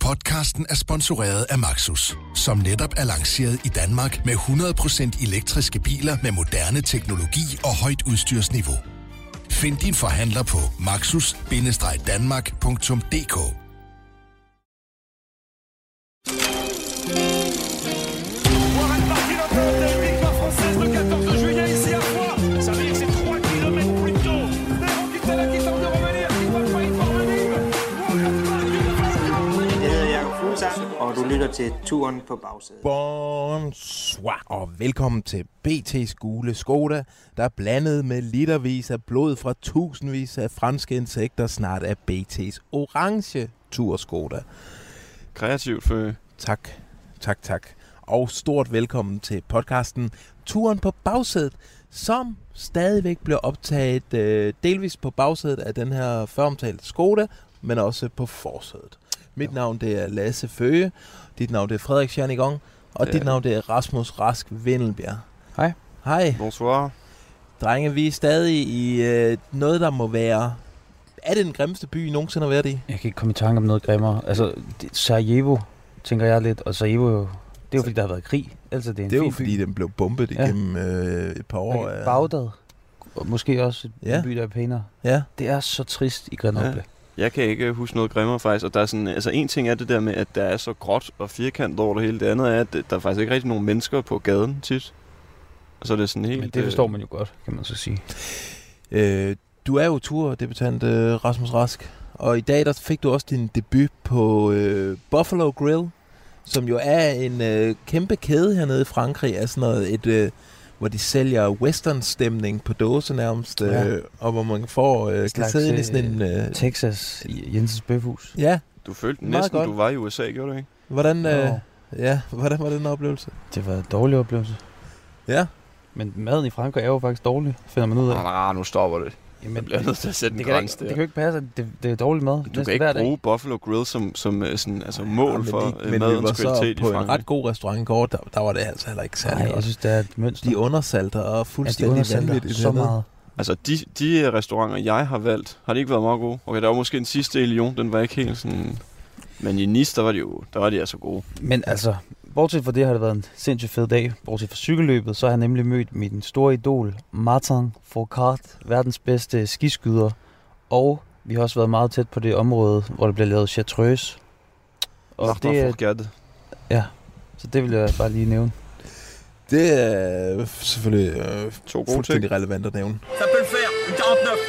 Podcasten er sponsoreret af Maxus, som netop er lanceret i Danmark med 100% elektriske biler med moderne teknologi og højt udstyrsniveau. Find din forhandler på maxus-danmark.dk. Og du lytter til Turen på bagsædet. Bonsoir, og velkommen til BT Skole Skoda, der er blandet med litervis af blod fra tusindvis af franske insekter, snart er BT's orange tur Skoda. Kreativt for. Tak. Og stort velkommen til podcasten Turen på bagsædet, som stadigvæk bliver optaget delvis på bagsædet af den her føromtalte Skoda, men også på forsædet. Mit navn det er Lasse Føge, dit navn det er Frederik Jernigon, og dit navn det er Rasmus Rask Vindelbjerg. Hej. Hej. Bonsoir. Drenge, vi er stadig i noget, der må være... Er det den grimmeste by, I nogensinde har været i? Jeg kan ikke komme i tanke om noget grimmere. Altså, Sarajevo, tænker jeg lidt, og Sarajevo, det er jo fordi, der har været krig. Altså, det er jo fordi, den blev bombet igennem et par år. Okay. Bagdad, og måske også en by, der er pænere. Ja. Det er så trist i Grenoble. Ja. Jeg kan ikke huske noget grimmere faktisk, og der er sådan, altså en ting er det der med, at der er så gråt og firkantet over det hele. Det andet er, at der er faktisk ikke rigtig nogen mennesker på gaden tit. Og så er det sådan helt... Men det forstår man jo godt, kan man så sige. Du er jo turdebutant, Rasmus Rask, og i dag der fik du også din debut på Buffalo Grill, som jo er en kæmpe kæde hernede i Frankrig, er sådan noget hvor de sælger western-stemning på dåse nærmest, og hvor man kan sidde ind i sådan en... Texas i Jensens Bøfhus. Ja. Du følte næsten, du var i USA, gjorde du ikke? Hvordan var den oplevelse? Det var en dårlig oplevelse. Ja. Men maden i Frankrig er jo faktisk dårlig, finder man ud af. Nu stopper det. Jamen, jeg bliver nødt til at sætte en grænse der. Det kan jo ikke passe, at det er dårlig mad. Du kan ikke bruge Buffalo Grill som sådan, altså mål for madens kvalitet i Frankrig. På en ret god restaurant i går, der var det altså heller ikke særlig godt. Jeg synes, det er et mønster. De undersalter og fuldstændig vanvittigt. Så meget. Altså, de restauranter, jeg har valgt, har de ikke været meget gode. Okay, der var måske en sidste i Lyon, den var ikke helt sådan... Men i Nice, der var de altså gode. Men altså, bortset fra det har det været en sindssygt fed dag. Bortset fra cykelløbet, så har jeg nemlig mødt min store idol, Martin Fourcade, verdens bedste skiskyder. Og vi har også været meget tæt på det område, hvor der bliver lavet chartreuse. Og det er... Ja, så det vil jeg bare lige nævne. Det er selvfølgelig fuldstændig relevant at nævne. Ça peut le faire, 49.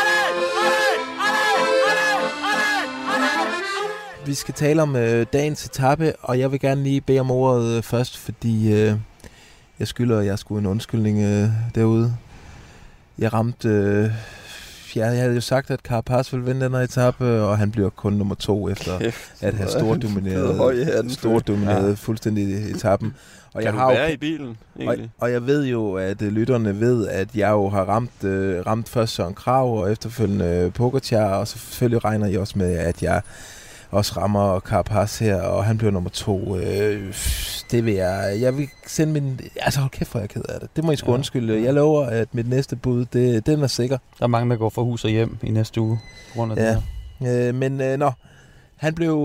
Vi skal tale om dagens etape, og jeg vil gerne lige bede om ordet først, fordi jeg skylder jer sgu en undskyldning derude. Jeg ramte... jeg havde jo sagt, at Carapaz ville vinde den her etape, og han bliver kun nummer 2 efter at have stordomineret fuldstændig etappen. Og kan du være i bilen, egentlig? Og jeg ved jo, at lytterne ved, at jeg jo har ramt først Søren Kragh, og efterfølgende Pogačar, og selvfølgelig regner I også med, at jeg også rammer Carapaz her, og han bliver nummer 2. Det vil jeg vil sende min... Altså hold kæft, hvor jeg er ked af det. Det må I sgu undskylde. Jeg lover, at mit næste bud, den er sikker. Der er mange, der går fra hus og hjem i næste uge på grund af det her. Han blev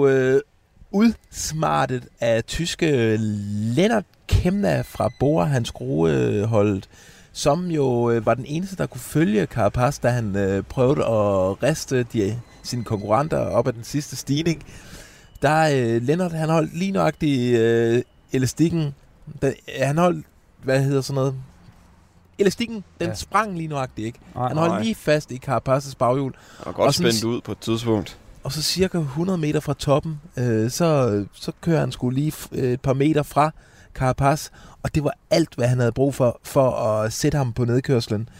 udsmartet af tyske Lennart Kemna fra Bora, hans grueholdet, som jo var den eneste, der kunne følge Carapaz, da han prøvede at riste sine konkurrenter op ad den sidste stigning. Der Lennart, han holdt lige nøjagtigt elastikken. Han holdt, elastikken, den sprang lige nøjagtigt, ikke? Han holdt lige fast i Carapaz's baghjul. Og godt spændt ud på et tidspunkt. Og så cirka 100 meter fra toppen, så kører han sgu lige et par meter fra Carapaz, og det var alt, hvad han havde brug for at sætte ham på nedkørslen.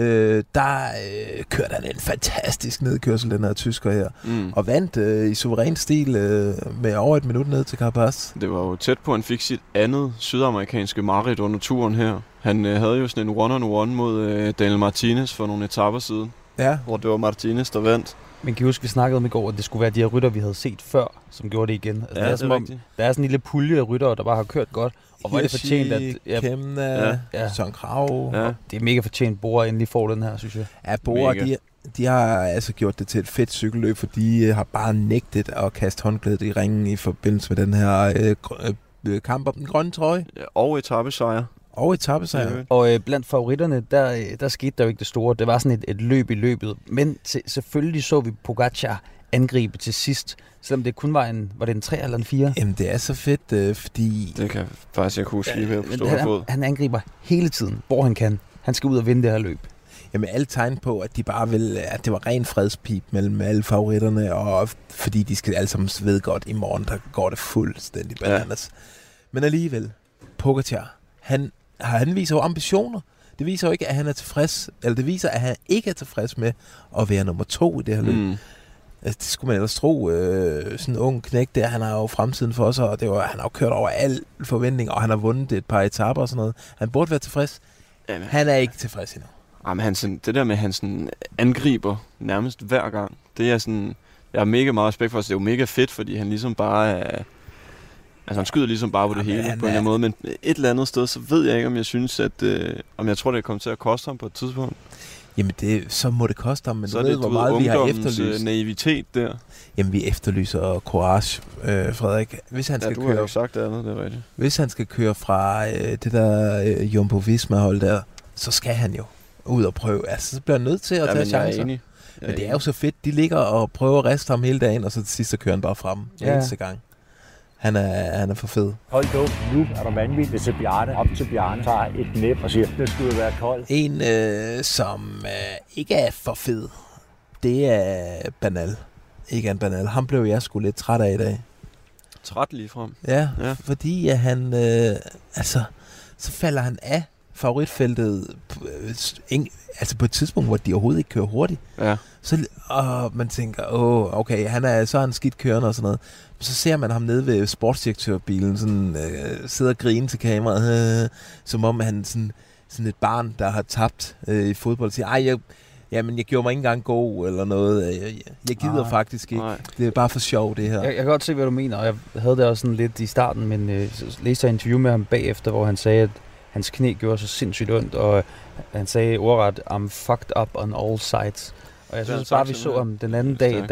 Kørte han en fantastisk nedkørsel, den her tysker her, og vandt i suveræn stil med over 1 minut ned til Carapaz. Det var jo tæt på, at han fik sit andet sydamerikanske mareridt under turen her. Han havde jo sådan en one-on-one mod Daniel Martinez for nogle etaper siden, hvor det var Martinez, der vandt. Men kan I huske, vi snakkede om i går, at det skulle være de her rytter, vi havde set før, som gjorde det igen. Altså, det er som om, der er sådan en lille pulje af ryttere, der bare har kørt godt. Og hvor er det fortjent, at... Kemna, Søren Kragh. Ja. Det er mega fortjent, Bora endelig får den her, synes jeg. Ja, Bora, De har altså gjort det til et fedt cykelløb, for de har bare nægtet at kaste håndklædet i ringen i forbindelse med den her kamp om den grønne trøje. Ja, og etapesejr. Og blandt favoritterne, der skete der jo ikke det store. Det var sådan et løb i løbet. Men selvfølgelig så vi Pogačar angribe til sidst, selvom det kun var en 3 eller en 4. Jamen, det er så fedt, fordi... Det kan faktisk jeg kunne huske lige ved på stor fod. Han angriber hele tiden, hvor han kan. Han skal ud og vinde det her løb. Jamen, alle tegn på, at de bare vil, at det var ren fredspip mellem alle favoritterne, og fordi de skal alle sammen ved godt, i morgen, der går det fuldstændig bananas. Ja. Men alligevel, Pogačar, han viser jo ambitioner. Det viser jo ikke, at han er tilfreds, eller det viser, at han ikke er tilfreds med at være nummer 2 i det her løb. Altså, det skulle man ellers tro. Sådan en ung knægt der, han har jo fremtiden for sig, og han har jo kørt over al forventning, og han har vundet et par etaper og sådan noget. Han burde være tilfreds. Jamen, han er ikke tilfreds endnu. Jamen, det der med, at han sådan angriber nærmest hver gang, det er sådan... Jeg har mega meget respekt for os. Det er jo mega fedt, fordi han ligesom bare er... Altså, han skyder ligesom bare på det hele på en eller anden måde, men et eller andet sted, så ved jeg ikke, om jeg synes, at... om jeg tror, det kommer til at koste ham på et tidspunkt. Jamen, så må det koste ham, men så du ved, hvor meget vi har efterlyst. Naivitet der. Jamen, vi efterlyser courage, Frederik. Hvis han skal du har jo ikke sagt det andet, det er rigtigt. Hvis han skal køre fra det der Jumbo-Visma-hold der, så skal han jo ud og prøve. Altså, så bliver han nødt til at tage chancer. Men det er jo så fedt. De ligger og prøver at riste ham hele dagen, og så til sidst så kører han bare frem eneste gang. Han er for fed. Hold da, nu er der vanvittigt til Bjarne. Op til Bjarne, tager et næb og siger, det skulle være koldt. En, som ikke er for fed, det er Bernal. Ikke en Bernal. Ham blev jeg sgu lidt træt af i dag. Træt lige frem? Ja. Fordi han, så falder han af favoritfeltet altså på et tidspunkt, hvor de overhovedet ikke kører hurtigt. Ja. Og man tænker, okay, så er han skidt kørende og sådan noget. Så ser man ham nede ved sportsdirektørbilen, sådan sidder og griner til kameraet, som om han sådan et barn, der har tabt i fodbold, og siger, jeg gjorde mig ikke engang god, eller noget. Jeg gider faktisk ikke. Det er bare for sjov, det her. Jeg kan godt se, hvad du mener, og jeg havde det også sådan lidt i starten, men så læste jeg et interview med ham bagefter, hvor han sagde, at hans knæ gjorde så sindssygt ondt, og han sagde ordret, I'm fucked up on all sides. Og jeg synes bare, vi så ham den anden dag,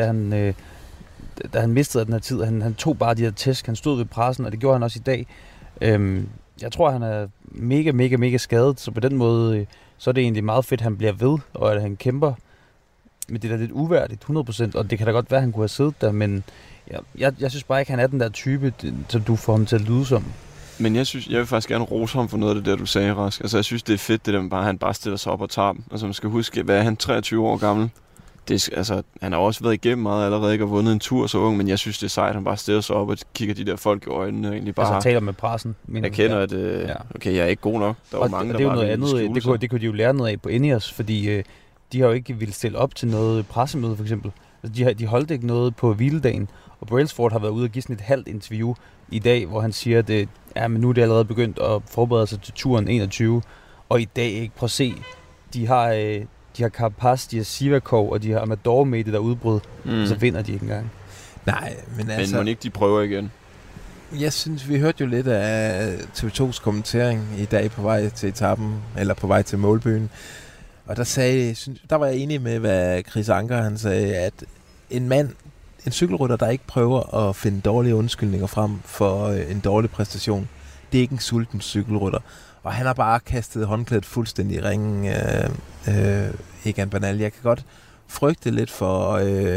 da han mistede den her tid. Han tog bare de her tæsk, han stod ved pressen, og det gjorde han også i dag. Jeg tror, han er mega, mega, mega skadet, så på den måde, så er det egentlig meget fedt, at han bliver ved, og at han kæmper. Men det er da lidt uværdigt, 100%, og det kan da godt være, at han kunne have siddet der, men jeg synes bare ikke, han er den der type, som du får ham til at lyde som. Men jeg vil faktisk gerne rose ham for noget af det der, du sagde, Rask. Altså, jeg synes, det er fedt, det der med han bare stiller sig op og tager dem. Altså, man skal huske, hvad er han, 23 år gammel? Han har også været igennem meget allerede, ikke har vundet en tur så ung, men jeg synes, det er sejt, han bare stiller sig op og kigger de der folk i øjnene. Egentlig bare altså, taler med pressen. Jeg kender, at okay, jeg er ikke god nok. Der er mange, der bare vil skjule sig. Det kunne de jo lære noget af på Ineos, fordi de har jo ikke ville stille op til noget pressemøde, for eksempel. Altså, de holdt ikke noget på hviledagen, og Brailsford har været ude og give sådan et halvt interview i dag, hvor han siger, at men nu er det allerede begyndt at forberede sig til turen 21, og i dag ikke. Prøv at se, de har Carapaz, de har Sivakov, og de har Amador med i det der udbrud, og så vinder de ikke engang. Nej, men altså... Men må ikke de prøver igen? Jeg synes, vi hørte jo lidt af TV2's kommentering i dag på vej til etappen, eller på vej til målbyen, og der var jeg enig med, hvad Chris Anker han sagde, at en cykelrytter, der ikke prøver at finde dårlige undskyldninger frem for en dårlig præstation, det er ikke en sulten cykelrytter. Og han har bare kastet håndklædet fuldstændig i ringen, Egan Bernal. Jeg kan godt frygte lidt for,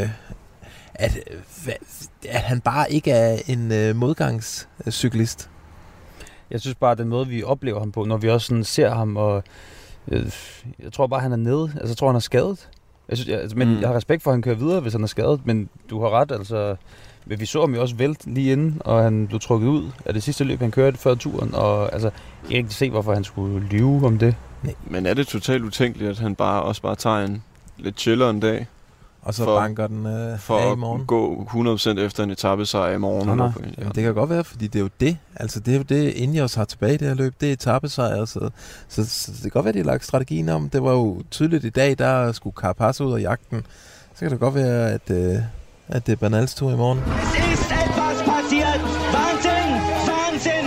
at han bare ikke er en modgangscyklist. Jeg synes bare, at den måde, vi oplever ham på, når vi også sådan ser ham, og jeg tror bare, han er nede. Altså, jeg tror, han er skadet. Jeg har respekt for, at han kører videre, hvis han er skadet, men du har ret, altså... Men vi så ham jo også vælte lige inden, og han blev trukket ud af det sidste løb, han kørte før turen, og altså, jeg kan ikke se, hvorfor han skulle lyve om det. Nej. Men er det totalt utænkeligt, at han også bare tager en lidt chiller en dag? Og så banker den for i morgen? For at gå 100% efter en etapesejr i morgen? Nej. Jamen, det kan godt være, fordi det er jo det. Altså, det er jo det, Ineos har tilbage i det her løb. Det er etapesejr, så det kan godt være, de har lagt strategien om. Det var jo tydeligt i dag, der skulle Carapaz ud af jagten. Så kan det godt være, at det er Bernals tur i morgen.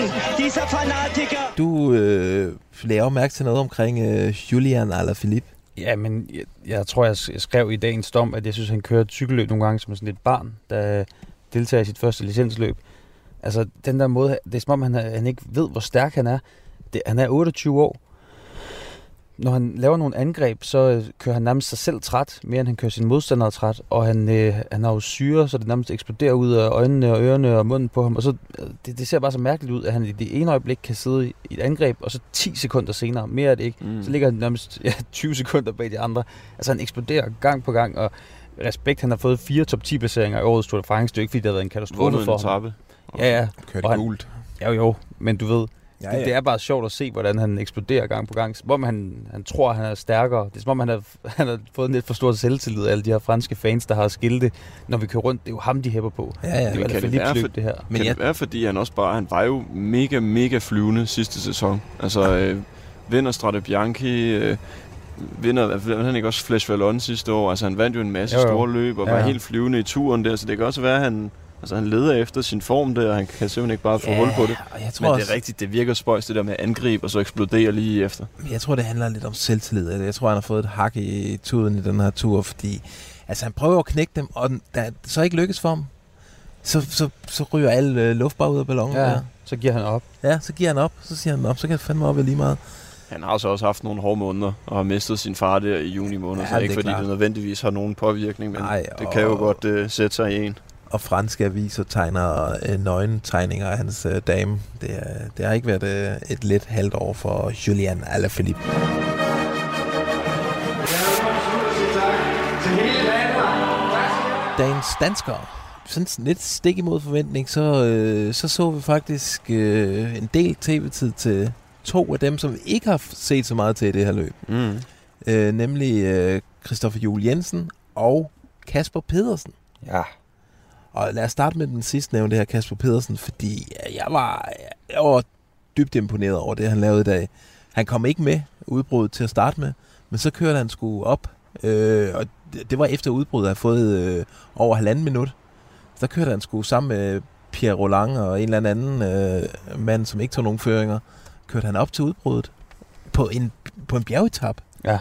Du laver mærke til noget omkring Julian Alaphilippe. Ja, men jeg tror, jeg skrev i dagens dom, at jeg synes, han kører et cykelløb nogle gange som sådan et barn, der deltager i sit første licensløb. Altså, den der måde, det er som om, han ikke ved, hvor stærk han er. Han er 28 år. Når han laver nogle angreb, så kører han nærmest sig selv træt, mere end han kører sin modstander træt, og han har jo syre, så det nærmest eksploderer ud af øjnene og ørerne og munden på ham, og så det ser bare så mærkeligt ud, at han i det ene øjeblik kan sidde i et angreb, og så 10 sekunder senere, mere er det ikke, så ligger han nærmest 20 sekunder bag de andre. Altså han eksploderer gang på gang, og respekt, han har fået 4 top 10 placeringer i årets Tour de France, det er jo ikke fordi, det har været en katastrofe for ham. Ja. Kørt gult. Jo, men du ved, det er bare sjovt at se, hvordan han eksploderer gang på gang. Som om han tror, han er stærkere. Det er som om, han har fået en lidt for stor selvtillid af alle de her franske fans, der har skilte, når vi kører rundt. Det er jo ham, de hæpper på. Ja. Det er det her. Men det være, fordi han også bare, han var jo mega flyvende sidste sæson. Altså, vinder Strade Bianchi, vinder han ikke også Flèche Wallonne sidste år. Altså, han vandt jo en masse store løb og var helt flyvende i turen der, så det kan også være, han leder efter sin form der, og han kan simpelthen ikke bare få hul på det. Men det er rigtigt, det virker spøjs, det der med at angribe og så eksplodere lige efter. Jeg tror, det handler lidt om selvtillid. Jeg tror, han har fået et hak i tuden i den her tur, fordi han prøver at knække dem, og da det så ikke lykkes for ham, så ryger alle luft bare ud af ballonen. Ja, så giver han op. Ja, så giver han op. Så siger han op, så kan jeg fandme op lige meget. Han har så også haft nogle hårde måneder, og har mistet sin far der i juni måned, så ikke fordi det nødvendigvis har nogen påvirkning, men det kan jo godt sætte sig i en. Og franske aviser tegner nøgentegninger af hans dame. Det har ikke været et let halvt år for Julian Alaphilippe. Dagens danskere. Sådan lidt stik imod forventning, så vi faktisk en del tv-tid til 2 af dem, som vi ikke har set så meget til i det her løb. Nemlig Christopher Juhl Jensen og Kasper Pedersen. Ja. Og lad os starte med den sidste nævnte her, Kasper Pedersen, fordi jeg var dybt imponeret over det, han lavede i dag. Han kom ikke med udbruddet til at starte med, men så kørte han sgu op, og det var efter udbruddet, at have fået over 1,5 minut. Så kørte han sgu sammen med Pierre Roland og en eller anden mand, som ikke tog nogen føringer, kørte han op til udbruddet på en bjergetap. Ja.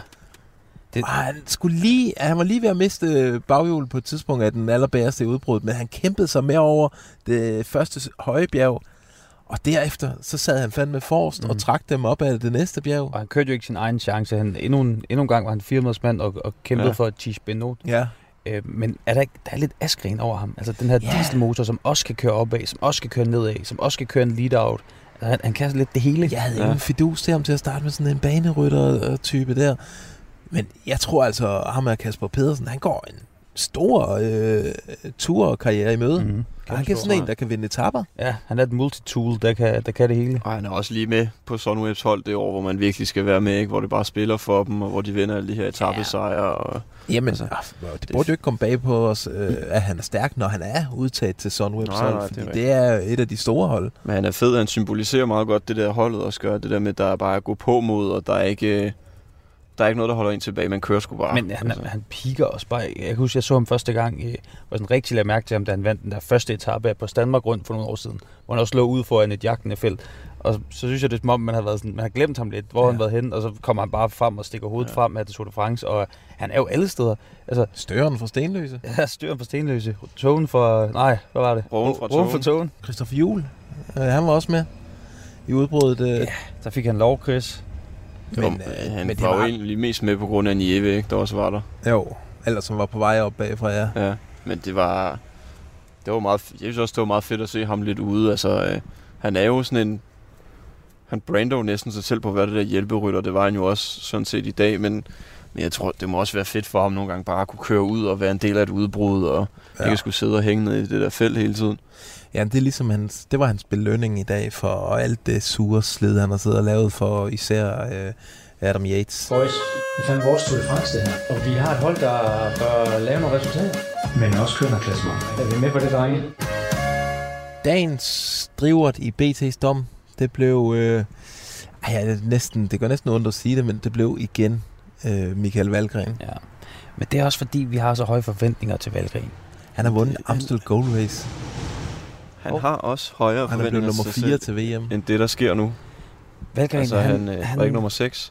Han var lige ved at miste baghjulet på et tidspunkt af den allerbæreste udbrud, men han kæmpede sig med over det første høje bjerg, og derefter så sad han fandme forrest og trak dem op af det næste bjerg. Og han kørte jo ikke sin egen chance. Endnu en gang var han 400 mand og kæmpede for Tige Benoît. Ja. Men der er lidt askren over ham. Altså den her dieselmotor, som også kan køre opad, som også kan køre nedad, som også kan køre en lead-out. Altså, han kan lidt det hele. Jeg havde ingen fidus til ham til at starte med sådan en banerytter-type der. Men jeg tror altså, ham og Kasper Pedersen, han går en stor turkarriere i møde. Mm-hmm. Han kan sådan en, der kan vinde etapper. Ja, han er et multitool, der kan det hele. Og han er også lige med på Sunwebs hold det år, hvor man virkelig skal være med, ikke? Hvor det bare spiller for dem, og hvor de vinder alle de her etapesejre. Jamen, det burde jo ikke komme bag på os, at han er stærk, når han er udtaget til Sunwebs hold, fordi det er et af de store hold. Men han er fed, han symboliserer meget godt det der holdet også gør, det der med, der er bare at gå på mod, og der er ikke noget, der holder en tilbage. Man kører sgu bare. Men han piker også bare. Jeg kan huske, jeg så ham første gang, hvor sådan rigtig lagde mærke til ham, da han vandt den der første etape på Danmark rundt for nogle år siden, hvor han også lå ude foran et jagtende felt. Og så synes jeg, det er som om, man har glemt ham lidt, hvor han været henne, og så kommer han bare frem og stikker hovedet frem af det Tour de France, og han er jo alle steder. Altså, Støren fra Stenløse. Ja, Støren fra Stenløse. Togen fra... Nej, hvad var det? Rogen fra Togen. Christopher Juhl. Han var også med i udbruddet. Ja, der fik han lov, Chris. Men han var jo egentlig mest med på grund af Nieve, ikke? Der også var der. Jo, ellers som var på vej op bagfra, ja. Men det var meget... Jeg synes også, det var meget fedt at se ham lidt ude. Altså, han er jo sådan en... Han brander jo næsten sig selv på at være det der hjælperytter. Det var han jo også sådan set i dag, men jeg tror, det må også være fedt for ham nogle gange bare at kunne køre ud og være en del af et udbrud, og ikke skulle sidde og hænge ned i det der felt hele tiden. Ja, det er ligesom det var hans belønning i dag for alt det sure slid, han har siddet og lavet for især Adam Yates. Boys, det er fandme vores Tour de France det her, og vi har et hold, der bør lave nogle resultater. Men også kører klassement. Er vi med på det, drenge? Dagens drivert i BT's dom, det blev... det går næsten ondt at sige det, men det blev igen Michael Valgren. Ja, men det er også fordi, vi har så høje forventninger til Valgren. Han har vundet Amstel Gold Race. Han har også højere forventninger nummer 4 til VM end det, der sker nu. Valgren, altså, han var ikke nummer 6.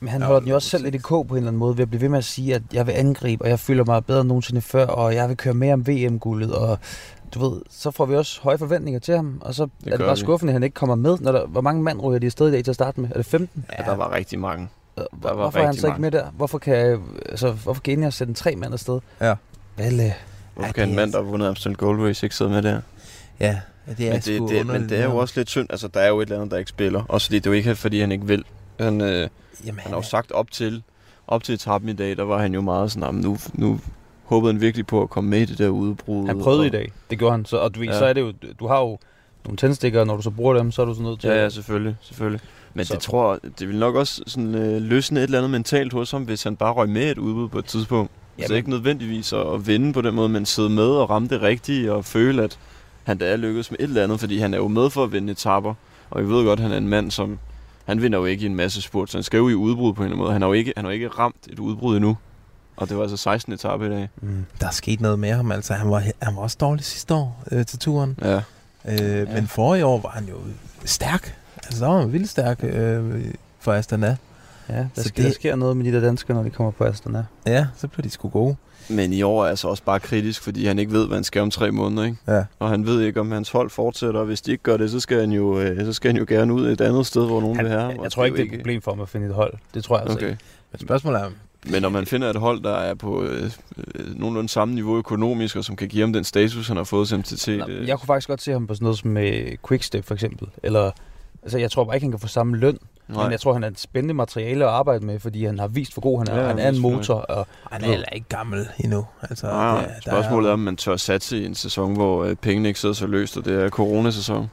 Men han holder den jo også selv lidt i kog på en eller anden måde, ved at blive ved med at sige, at jeg vil angribe, og jeg føler mig bedre end nogensinde før, og jeg vil køre mere om VM-guldet, og du ved, så får vi også høje forventninger til ham, og så er det bare skuffende, at han ikke kommer med. Hvor mange mand ryger de afsted i dag til at starte med? Er det 15? Ja, der var rigtig mange. Hvorfor er han så ikke med der? Hvorfor kan Ineos sætte en 3 mand afsted? Ja. Hvorfor kan en mand, der har vundet Amstel Gold Race, ikke sidde med der? Ja, det er men det er jo også lidt synd. Altså, der er jo et eller andet, der ikke spiller. Også fordi det er jo ikke, fordi han ikke vil. Han har jo sagt op til etappen i dag, der var han jo meget sådan, nu håbede han virkelig på at komme med i det der udbrud. Han prøvede i dag, det gjorde han. Så så er det jo, du har jo nogle tændstikker, når du så bruger dem, så er du sådan nødt til. Ja, selvfølgelig. Men det vil nok også sådan, løsne et eller andet mentalt hos ham, hvis han bare røg med et udbud på et tidspunkt. Så ikke nødvendigvis at vinde på den måde, men sidde med og ramme det rigtige og føle, at han da er lykkedes med et eller andet, fordi han er jo med for at vinde etapper. Og vi ved godt, at han er en mand, som han vinder jo ikke i en masse spurt, så han skal jo i udbrud på en eller anden måde. Han har jo ikke ramt et udbrud endnu. Og det var altså 16. etape i dag. Der er sket noget med ham, altså han var også dårlig sidste år til turen. Ja. Men forrige år var han jo stærk. Altså der var han vildt stærk for Astana. Ja, der sker noget med de der danskere, når de kommer på Astana. Ja, så bliver de sgu gode. Men i år er altså også bare kritisk, fordi han ikke ved, hvad han skal om 3 måneder, ikke? Ja. Og han ved ikke, om hans hold fortsætter, og hvis de ikke gør det, så skal han jo gerne ud et andet sted, hvor nogen vil have ham. Jeg tror ikke, det er et problem for ham at finde et hold. Det tror jeg altså ikke. Men spørgsmålet er... Men når man finder et hold, der er på nogenlunde samme niveau økonomisk, og som kan give ham den status, han har fået som MTT... Jeg kunne faktisk godt se ham på sådan noget som Quickstep for eksempel. Eller, altså, jeg tror bare ikke, han kan få samme løn. Nej. Men jeg tror, han er et spændende materiale at arbejde med, fordi han har vist, hvor god han er. Han er en motor. Og han er heller ikke gammel endnu. Altså, spørgsmålet er, om man tør satse i en sæson, hvor pengene ikke sidder så løst, og det er coronasæson.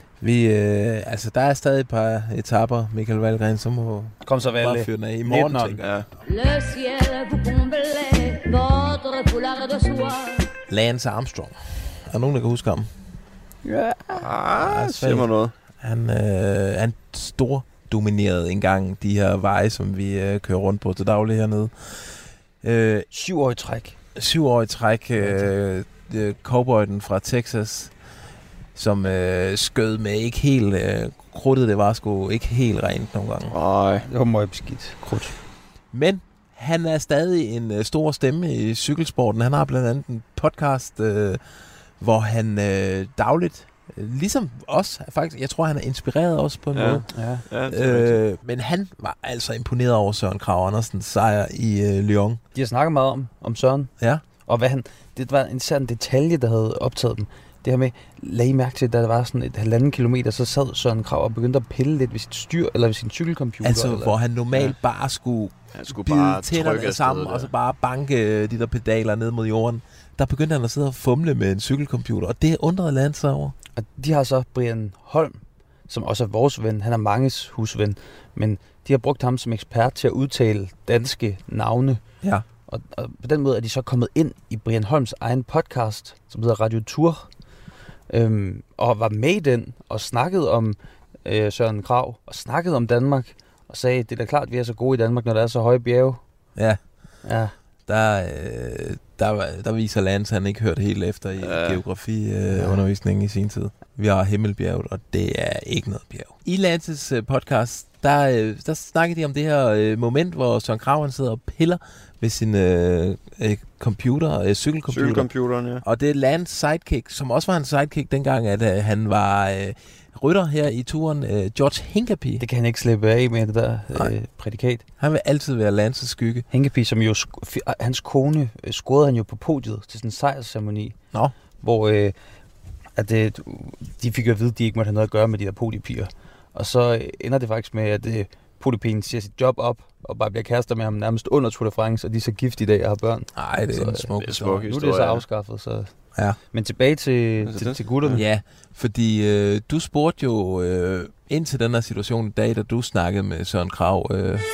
Der er stadig et par etapper, Michael Valgren, som må kom så bare fyre den af i morgen, tænker jeg. Lance Armstrong. Er der nogen, der kan huske ham? Ja, siger mig noget. Han stor dominerede engang de her veje, som vi kører rundt på til daglig hernede. 7 år i træk. 7 år i træk. Cowboyen fra Texas, som skød med ikke helt krudtet. Det var sgu ikke helt rent nogle gange. Nej, det var meget beskidt krudt. Men han er stadig en stor stemme i cykelsporten. Han har blandt andet en podcast, hvor han dagligt, ligesom os faktisk, jeg tror, han er inspireret også på en måde. Ja, men han var altså imponeret over Søren Kragh Andersens sejr i Lyon. De har snakket meget om Søren. Ja. Og hvad det var en sådan detalje, der havde optaget dem. Det her med, lagde I mærke til, da der var sådan et 1,5 kilometer, så sad Søren Kragh og begyndte at pille lidt ved sit styr, eller ved sin cykelcomputer. Altså, hvor han normalt bare skulle bide tænderne sammen, og så bare banke de der pedaler ned mod jorden. Der begyndte han at sidde og fumle med en cykelcomputer, og det undrede Lance over. Og de har så Brian Holm, som også er vores ven. Han er manges husven, men de har brugt ham som ekspert til at udtale danske navne. Ja. Og på den måde er de så kommet ind i Brian Holms egen podcast, som hedder Radio Tour, og var med i den, og snakkede om Søren Kragh, og snakkede om Danmark, og sagde, det er da klart, at vi er så gode i Danmark, når der er så høje bjerge. Ja. Ja. Der viser Lance, han ikke hørt helt efter i geografiundervisningen i sin tid. Vi har Himmelbjerget, og det er ikke noget bjerg. I Lances podcast, der snakkede de om det her moment, hvor Søren Kragh sidder og piller ved sin cykelcomputeren, ja. Og det er Lance sidekick, som også var en sidekick dengang, at han var rytter her i turen, George Hincapie. Det kan han ikke slippe af med, det der prædikat. Han vil altid være Lances skygge. Hincapie, som jo, hans kone scorede han jo på podiet til sådan en sejrsceremoni. Nå. Hvor de fik jo at vide, at de ikke måtte have noget at gøre med de der podiepiger. Og så ender det faktisk med, at podiepigen siger sit job op, og bare bliver kærester med ham nærmest under Tour de France, og de er så gift i dag og har børn. Nej, det er en smuk historie. Nu er det så afskaffet, så... Ja. Men tilbage til gutterne. Ja, fordi du spurgte jo ind til den her situation i dag, da du snakkede med Søren Kragh.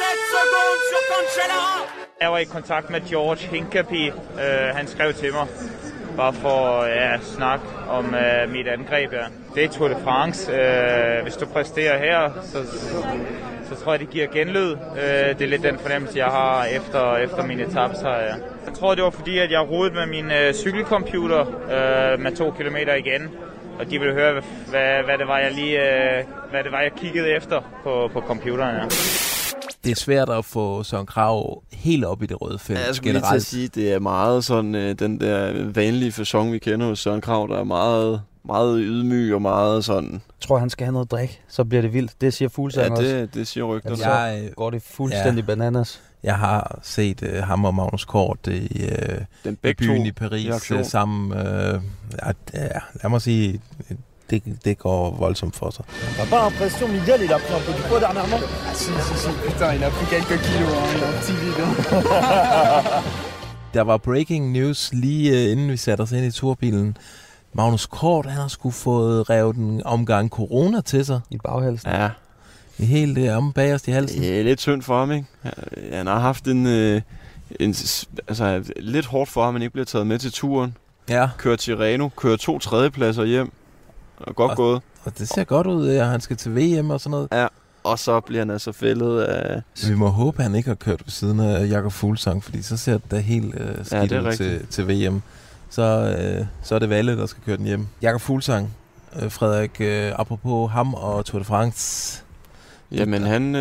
Jeg var i kontakt med George Hincapie. Han skrev til mig, bare for at snakke om mit angreb. Ja. Det er Tour de France. Hvis du præsterer her, så tror jeg, det giver genlyd. Det er lidt den fornemmelse, jeg har efter min etapesejr. Jeg tror, det var fordi, at jeg rodede med min cykelcomputer med 2 kilometer igen. Og de ville høre, hvad det var, jeg kiggede efter på computeren. Ja. Det er svært at få Søren Kragh helt op i det røde felt. Ja, jeg skulle lige til at sige, det er meget sådan den der vanlige facon, vi kender hos Søren Kragh, der er meget, meget ydmyg og meget sådan... Jeg tror, han skal have noget drik, så bliver det vildt. Det siger Fuglsang også. Ja, det siger rygter. Så går det fuldstændig bananas. Jeg har set ham og Magnus Kort i byen i Paris sammen. Lad mig sige, det går voldsomt for sig. T'as pas l'impression, Miguel, il a pris un peu du poids dernièrement? Ah si, putain, il a pris quelques kilos, hein. Il a un petit vide. Der var breaking news lige inden vi satte os ind i turbilen. Magnus Kort, han har sgu fået revet en omgang corona til sig. I baghalsen. Ja. Helt om bagerst i halsen. Det er lidt synd for ham, ikke? Han har haft lidt hårdt for ham, at han ikke bliver taget med til turen. Ja. Kører til Reno, kører 2 tredjepladser hjem. Og godt gået. Og det ser godt ud, at han skal til VM og sådan noget. Ja, og så bliver han altså fældet af... Vi må håbe, at han ikke har kørt ved siden af Jakob Fuglsang, fordi så ser det da helt skidt ud til VM. Så er det Valle, der skal køre den hjem. Jakob Fuglsang, Frederik, apropos ham og Tour de France. Jamen han...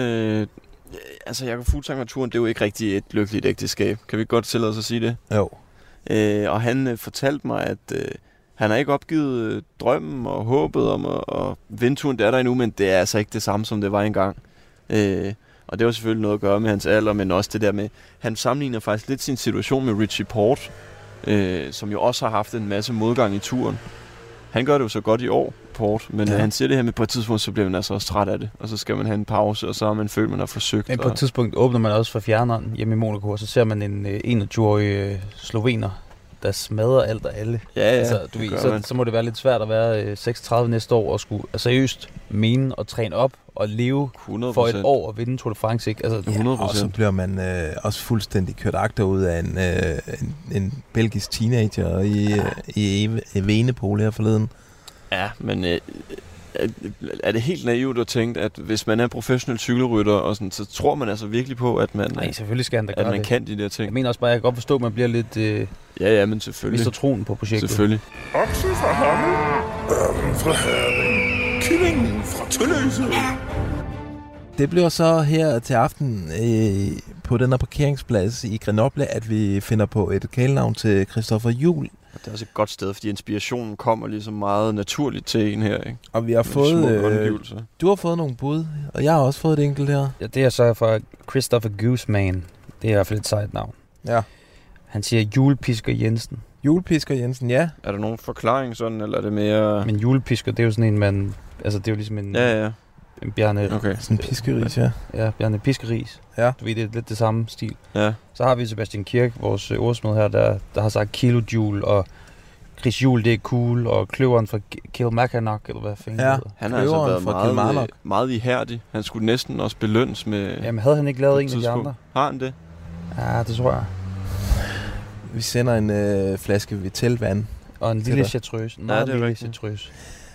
Jakob Fuglsang og turen, det er jo ikke rigtig et lykkeligt ægteskab. Kan vi godt tillade os at sige det? Jo. Og han fortalte mig, at... Han har ikke opgivet drømmen og håbet om at vinde turen. Det er der endnu, men det er altså ikke det samme, som det var engang. Og det var selvfølgelig noget at gøre med hans alder, men også det der med... Han sammenligner faktisk lidt sin situation med Richie Porte, som jo også har haft en masse modgang i turen. Han gør det jo så godt i år, Porte, men han siger det her med, på et tidspunkt, så bliver man altså også træt af det. Og så skal man have en pause, og så har man følt, man har forsøgt. Men på et tidspunkt åbner man også for fjerneren hjemme i Monaco, og så ser man en 21-årig slovener, der smadrer alt og alle. Ja, altså, så må det være lidt svært at være 36 næste år og skulle seriøst mene og træne op og leve 100%. For et år og vinde Tour de France, ikke? Altså, 100%. Og så bliver man også fuldstændig kørt agter ud af en belgisk teenager i Evenepoel her forleden. Ja, men er det helt naivt at tænke, at hvis man er professionel cykelrytter, og sådan, så tror man altså virkelig på, at man, nej, selvfølgelig skal han da gøre at man kan de der ting. Jeg mener også bare, at jeg kan godt forstå, at man bliver lidt... ja, men selvfølgelig. Mister troen på projektet. Selvfølgelig. Okse fra Hammel, ørnen fra Herning, kyllingen fra Tølløse. Det bliver så her til aften på den her parkeringsplads i Grenoble, at vi finder på et kælenavn til Christopher Juhl. Det er også et godt sted, fordi inspirationen kommer ligesom meget naturligt til en her, ikke? Og vi har fået... du har fået nogle bud, og jeg har også fået et enkelt her. Ja, det er så fra Christopher Gooseman. Det er i hvert fald et sejt navn. Ja. Han siger Julepisker Jensen. Julepisker Jensen, ja. Er der nogen forklaring sådan, eller er det mere... Men julepisker, det er jo sådan en, man... Altså, det er jo ligesom en... Ja. En Bjarne... Okay. Sådan en piskeris, ja. Ja, Bjarne Piskeris. Ja. Du ved, det er lidt det samme stil. Ja. Så har vi Sebastian Kirk, vores ordsmed her, der har sagt kilojoule, og Chris Juhl, det er cool, og kløveren fra Kilmarnock, eller hvad fanden ja. Han har altså været meget ihærdig. Han skulle næsten også belønnes med... Jamen, havde han ikke lavet en af de andre? Har han det? Ja, det tror jeg. Vi sender en flaske Vittel-vand. Og en lille chartreuse. En meget lille chartreuse.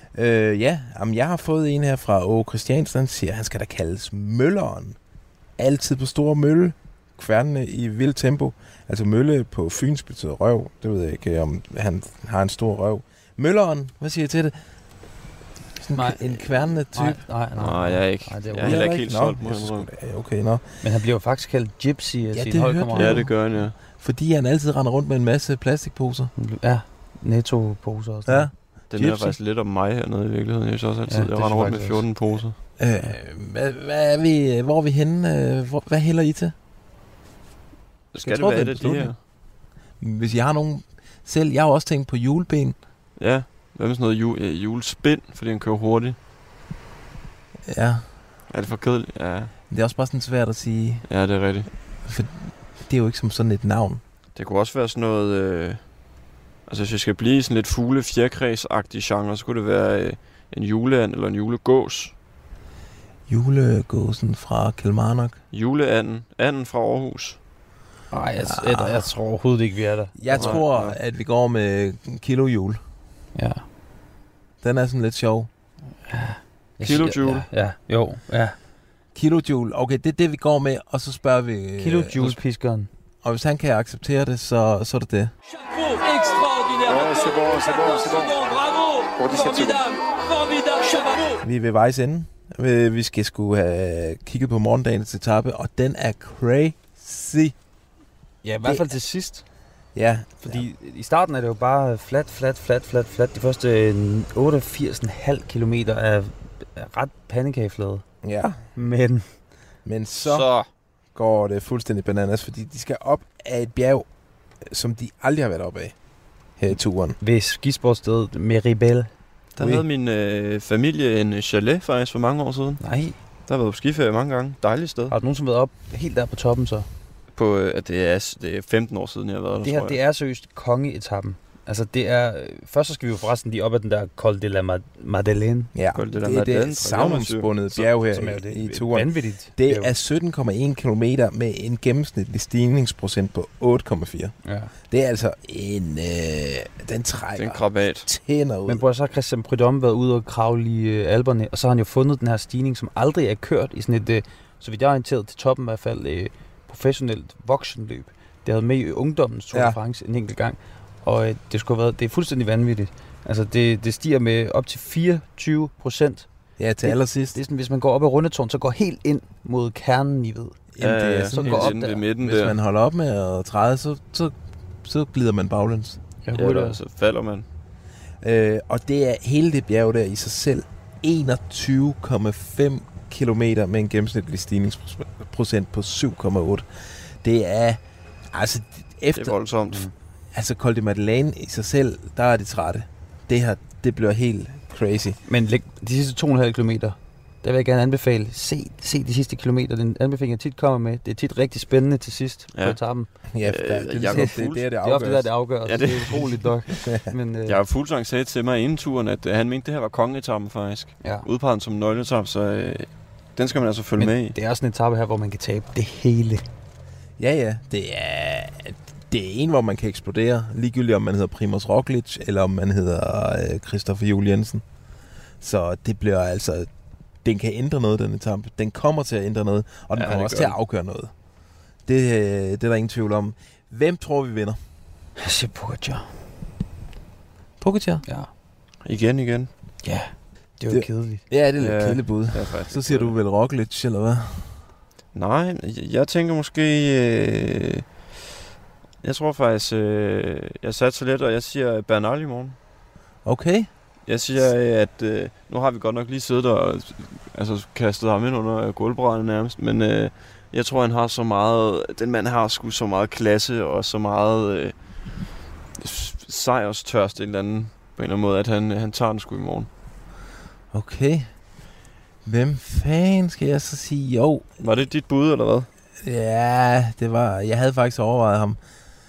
Jeg har fået en her fra Åge Christiansen, han siger, han skal da kaldes Mølleren. Altid på store mølle, kværnene i vild tempo. Altså mølle på Fyns betyder røv. Det ved jeg ikke, om han har en stor røv. Mølleren, hvad siger jeg til det? Sådan en kværnende type? Nej, jeg er ikke. Jeg er heller ikke helt solgt på ham. Okay, nå. Men han bliver jo faktisk kaldt Gypsy af sin holdkammerat. Ja, det gør han, ja. Fordi han altid render rundt med en masse plastikposer. Ja, netto-poser og sådan. Ja. Den er faktisk lidt om mig hernede i virkeligheden. Jeg synes også altid, jeg render rundt med 14 poser. Hvor er vi henne? Hvad hælder I til? Skal det være det her? Hvis jeg har nogen selv, jeg har også tænkt på juleben. Ja, hvad med sådan noget julespind, fordi han kører hurtigt? Ja. Er det for kedeligt? Ja. Det er også bare sådan svært at sige. Ja, det er rigtigt. For det er jo ikke som sådan et navn. Det kunne også være sådan noget... Altså, hvis jeg skal blive sådan lidt fugle-fjerkræs-agtig genre, så kunne det være en juleand eller en julegås. Julegåsen fra Kilmarnock. Juleanden. Anden fra Aarhus. Nej, jeg tror overhovedet ikke, vi er der. Jeg tror, at vi går med kilojul. Ja. Den er sådan lidt sjov. Ja. Kilojul? Ja. Jo, ja. Kilojul. Okay, det er det, vi går med, og så spørger vi... Kilojul-piskeren. Og hvis han kan acceptere det, så er det det. Chapeau, extraordinaire. C'est bon. Bravo. Formidable. Chapeau. Vi er ved vejs ende. Vi skal sgu have kigget på morgendagens etape, og den er crazy. Ja, i hvert fald til sidst. Ja. Fordi i starten er det jo bare flat. De første 88,5 kilometer er ret pandekageflade. Ja. Men så går det fuldstændig bananas, fordi de skal op af et bjerg, som de aldrig har været op af her i turen. Ved skisportstedet Meribel. Der havde min familie en chalet faktisk for mange år siden. Nej. Der har været på skiferie mange gange. Dejligt sted. Har du nogensinde været op helt der på toppen så? På, det er 15 år siden, jeg har været der, det her, det er seriøst kongeetappen. Altså det er... Først så skal vi jo forresten lige op ad den der Col de la Madeleine. Ja, det er det savnomsbundet bjerg her i turen. Vanvittigt. Det er 17,1 kilometer med en gennemsnitlig stigningsprocent på 8,4. Ja. Det er altså en... den trækker en krabat tænder ud. Men så har Christian Prudhomme været ude og kravle i Alperne, og så har han jo fundet den her stigning, som aldrig er kørt i sådan et... så vidt jeg er orienteret til toppen i hvert fald... professionelt voksenløb. Det havde med i ungdommens Tour de France en enkelt gang. Og det er fuldstændig vanvittigt. Altså det stiger med op til 24%. Ja, til allersidst. Det er sådan, hvis man går op ad Rundetårn, så går helt ind mod kernen, I ved. Ja, så går op der. Midten hvis man holder op med at træde, så glider man baglæns. Ja, så falder man. Og det er hele det bjerg der i sig selv. 21,5 kilometer med en gennemsnitlig stigningsprocent på 7,8. Det er altså efter... Det er voldsomt. Altså Col de Madeleine i sig selv, der er det trætte. Det her, det bliver helt crazy. Men de sidste 2,5 kilometer, der vil jeg gerne anbefale, se de sidste kilometer. Den anbefaling, jeg tit kommer med, det er tit rigtig spændende til sidst på etappen. Ja, det er ofte der, det afgør. Ja, det er utroligt nok. Men, jeg har Fuglsang sagde til mig inden turen, at han mente, det her var kongeetappen faktisk. Ja. Udpeget som nøgleetappe, så den skal man altså følge med i. Det er også en etappe her, hvor man kan tabe det hele. Ja, det er en, hvor man kan eksplodere, ligegyldigt om man hedder Primož Roglič, eller om man hedder Christopher Juhl Jensen. Så det bliver altså... Den kan ændre noget, den etape. Den kommer til at ændre noget, og den kommer også til at afgøre noget. Det er der ingen tvivl om. Hvem tror vi vinder? Jeg siger Pogačar. Pogačar? Ja. Igen? Ja, det er jo kedeligt. Ja, det er lidt kedeligt bud. Så siger du vel Roglič, eller hvad? Nej, jeg tænker måske... jeg tror faktisk... jeg satte så lidt, og jeg siger Bernal i morgen. Okay. Jeg siger, at nu har vi godt nok lige siddet og kastet ham ind under gulvbrædderne nærmest, men jeg tror, han har så meget... Den mand har sgu så meget klasse og så meget sejrstørst en eller anden, på en eller anden måde, at han tager den sgu i morgen. Okay. Hvem fanden skal jeg så sige? Jo. Var det dit bud, eller hvad? Ja, det var... Jeg havde faktisk overvejet ham.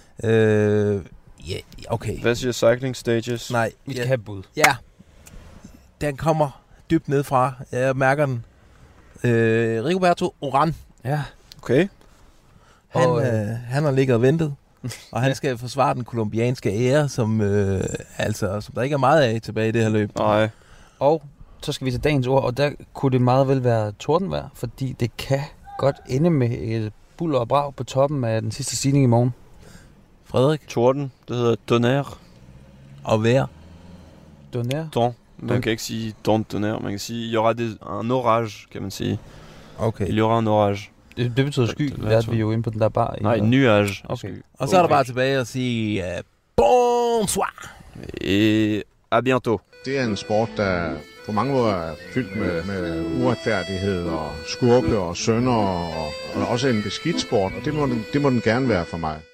Ja, okay. Hvad siger Cycling Stages? Nej. Vi skal have bud. Ja. Den kommer dybt nedfra. Jeg mærker den. Rigoberto Urán. Ja. Okay. Han har ligget og ventet. Og han skal forsvare den kolumbianske ære, som der ikke er meget af tilbage i det her løb. Nej. Og så skal vi til dagens ord, og der kunne det meget vel være tordenvejr, fordi det kan godt ende med et buller og brag på toppen af den sidste stigning i morgen. Frederik? Torden, det hedder tonnerre. Og vejr? Tonnerre? Ton. Man kan ikke sige tonnerre, man kan sige, il y aura un orage, kan man sige. Okay. Il y aura un orage. Det betyder sky, lærte vi jo inde på den der bar. Nej, nuage. Okay. Og så er der bare tilbage at sige bonsoir. Et à bientôt. Det er en sport, der på mange måder er fyldt med uretfærdighed og skurke og synder, og også en beskidt sport, og det må den gerne være for mig.